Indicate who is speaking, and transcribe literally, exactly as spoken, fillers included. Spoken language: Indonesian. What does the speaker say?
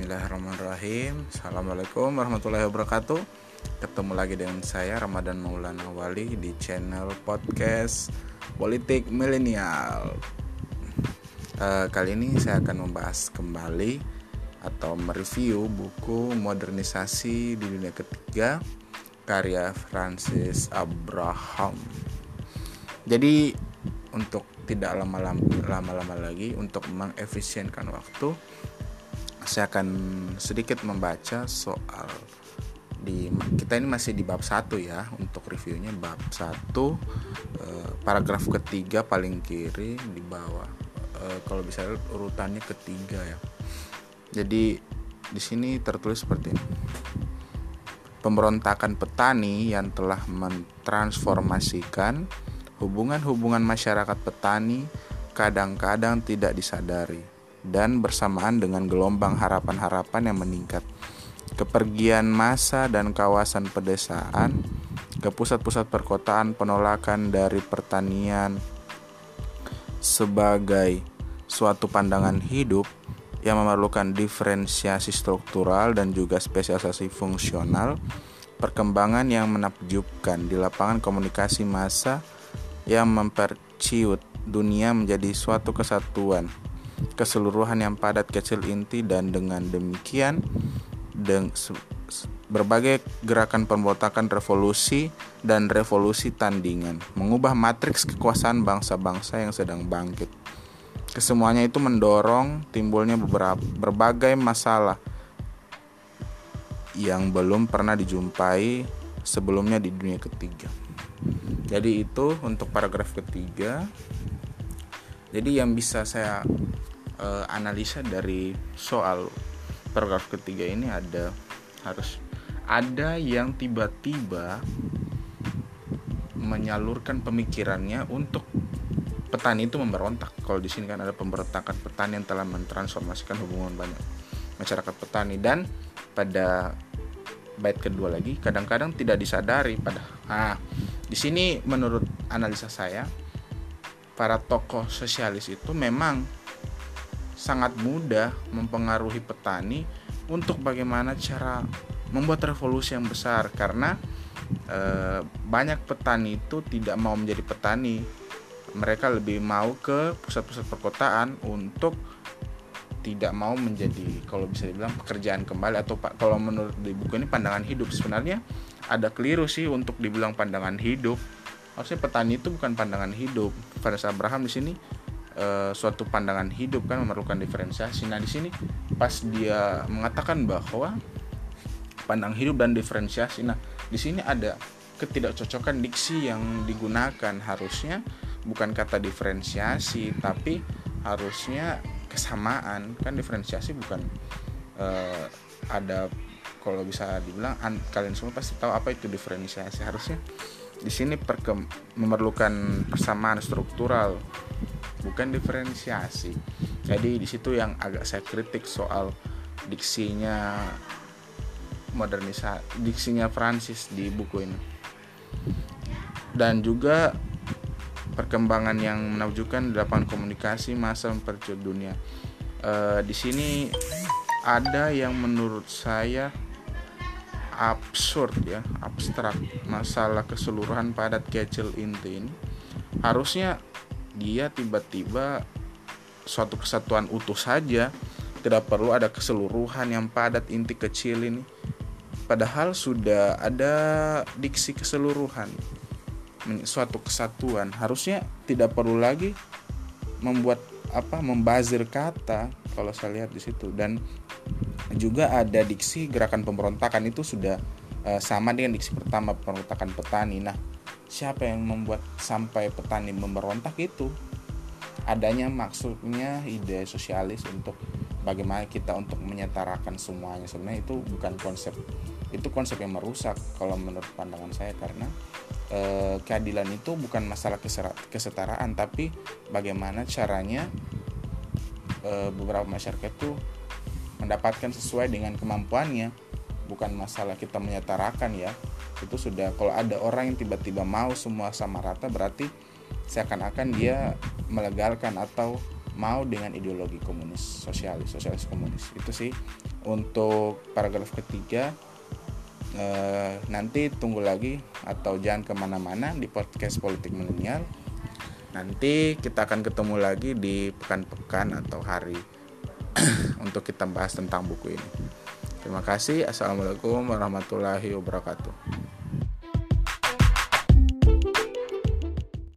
Speaker 1: Bismillahirrahmanirrahim. Assalamualaikum warahmatullahi wabarakatuh. Ketemu lagi dengan saya Ramadan Maulana Wali di channel podcast Politik Milenial. uh, Kali ini saya akan membahas kembali atau mereview buku Modernisasi di Dunia Ketiga karya Francis Abraham. Jadi untuk tidak lama-lama lagi, untuk mengefisienkan waktu, saya akan sedikit membaca soal di kita ini masih di bab satu ya. Untuk reviewnya bab satu, eh, paragraf ketiga paling kiri di bawah. Eh, kalau bisa urutannya ketiga ya. Jadi di sini tertulis seperti ini. Pemberontakan petani yang telah mentransformasikan hubungan-hubungan masyarakat petani kadang-kadang tidak disadari, dan bersamaan dengan gelombang harapan-harapan yang meningkat, kepergian massa dan kawasan pedesaan ke pusat-pusat perkotaan, penolakan dari pertanian sebagai suatu pandangan hidup yang memerlukan diferensiasi struktural dan juga spesialisasi fungsional, perkembangan yang menakjubkan di lapangan komunikasi massa yang memperciut dunia menjadi suatu kesatuan keseluruhan yang padat kecil inti, dan dengan demikian deng, berbagai gerakan pemberontakan, revolusi dan revolusi tandingan mengubah matriks kekuasaan bangsa-bangsa yang sedang bangkit. Kesemuanya itu mendorong timbulnya beberapa berbagai masalah yang belum pernah dijumpai sebelumnya di dunia ketiga. Jadi itu untuk paragraf ketiga. Jadi yang bisa saya uh, analisa dari soal paragraf ketiga ini ada harus ada yang tiba-tiba menyalurkan pemikirannya untuk petani itu memberontak. Kalau di sini kan ada pemberontakan petani yang telah mentransformasikan hubungan banyak masyarakat petani, dan pada bait kedua lagi kadang-kadang tidak disadari pada. Nah, di sini menurut analisa saya, para tokoh sosialis itu memang sangat mudah mempengaruhi petani untuk bagaimana cara membuat revolusi yang besar, karena e, banyak petani itu tidak mau menjadi petani. Mereka lebih mau ke pusat-pusat perkotaan untuk tidak mau menjadi, kalau bisa dibilang, pekerjaan kembali, atau pak kalau menurut di buku ini pandangan hidup. Sebenarnya ada keliru sih untuk dibilang pandangan hidup. Harusnya petani itu bukan pandangan hidup. Francis Abraham di sini e, suatu pandangan hidup kan memerlukan diferensiasi. Nah, di sini pas dia mengatakan bahwa pandangan hidup dan diferensiasi. Nah, di sini ada ketidakcocokan diksi yang digunakan. Harusnya bukan kata diferensiasi, tapi harusnya kesamaan. Kan diferensiasi bukan e, ada, kalau bisa dibilang an, kalian semua pasti tahu apa itu diferensiasi. Harusnya di sini perkem, memerlukan persamaan struktural, bukan diferensiasi. Jadi di situ yang agak saya kritik soal diksinya modernisasi, diksinya Francis di buku ini. Dan juga perkembangan yang menakjubkan di lapangan komunikasi masa memperciut dunia. E, di sini ada yang menurut saya absurd ya, abstrak. Masalah keseluruhan padat kecil inti ini harusnya dia tiba-tiba suatu kesatuan utuh saja, tidak perlu ada keseluruhan yang padat inti kecil ini. Padahal sudah ada diksi keseluruhan, suatu kesatuan. Harusnya tidak perlu lagi membuat apa membazir kata, kalau saya lihat di situ. Dan juga ada diksi gerakan pemberontakan, itu sudah e, sama dengan diksi pertama, pemberontakan petani. Nah, siapa yang membuat sampai petani memberontak? Itu adanya maksudnya ide sosialis untuk bagaimana kita untuk menyetarakan semuanya. Sebenarnya itu bukan konsep, itu konsep yang merusak kalau menurut pandangan saya, karena e, keadilan itu bukan masalah kesetaraan, tapi bagaimana caranya e, beberapa masyarakat itu mendapatkan sesuai dengan kemampuannya, bukan masalah kita menyetarakan ya. Itu sudah, kalau ada orang yang tiba-tiba mau semua sama rata, berarti seakan-akan dia melegalkan atau mau dengan ideologi komunis, sosialis, sosialis komunis. Itu sih untuk paragraf ketiga. E, nanti tunggu lagi atau jangan kemana-mana di podcast Politik Milenial. Nanti kita akan ketemu lagi di pekan-pekan atau hari untuk kita bahas tentang buku ini. Terima kasih. Assalamualaikum warahmatullahi wabarakatuh.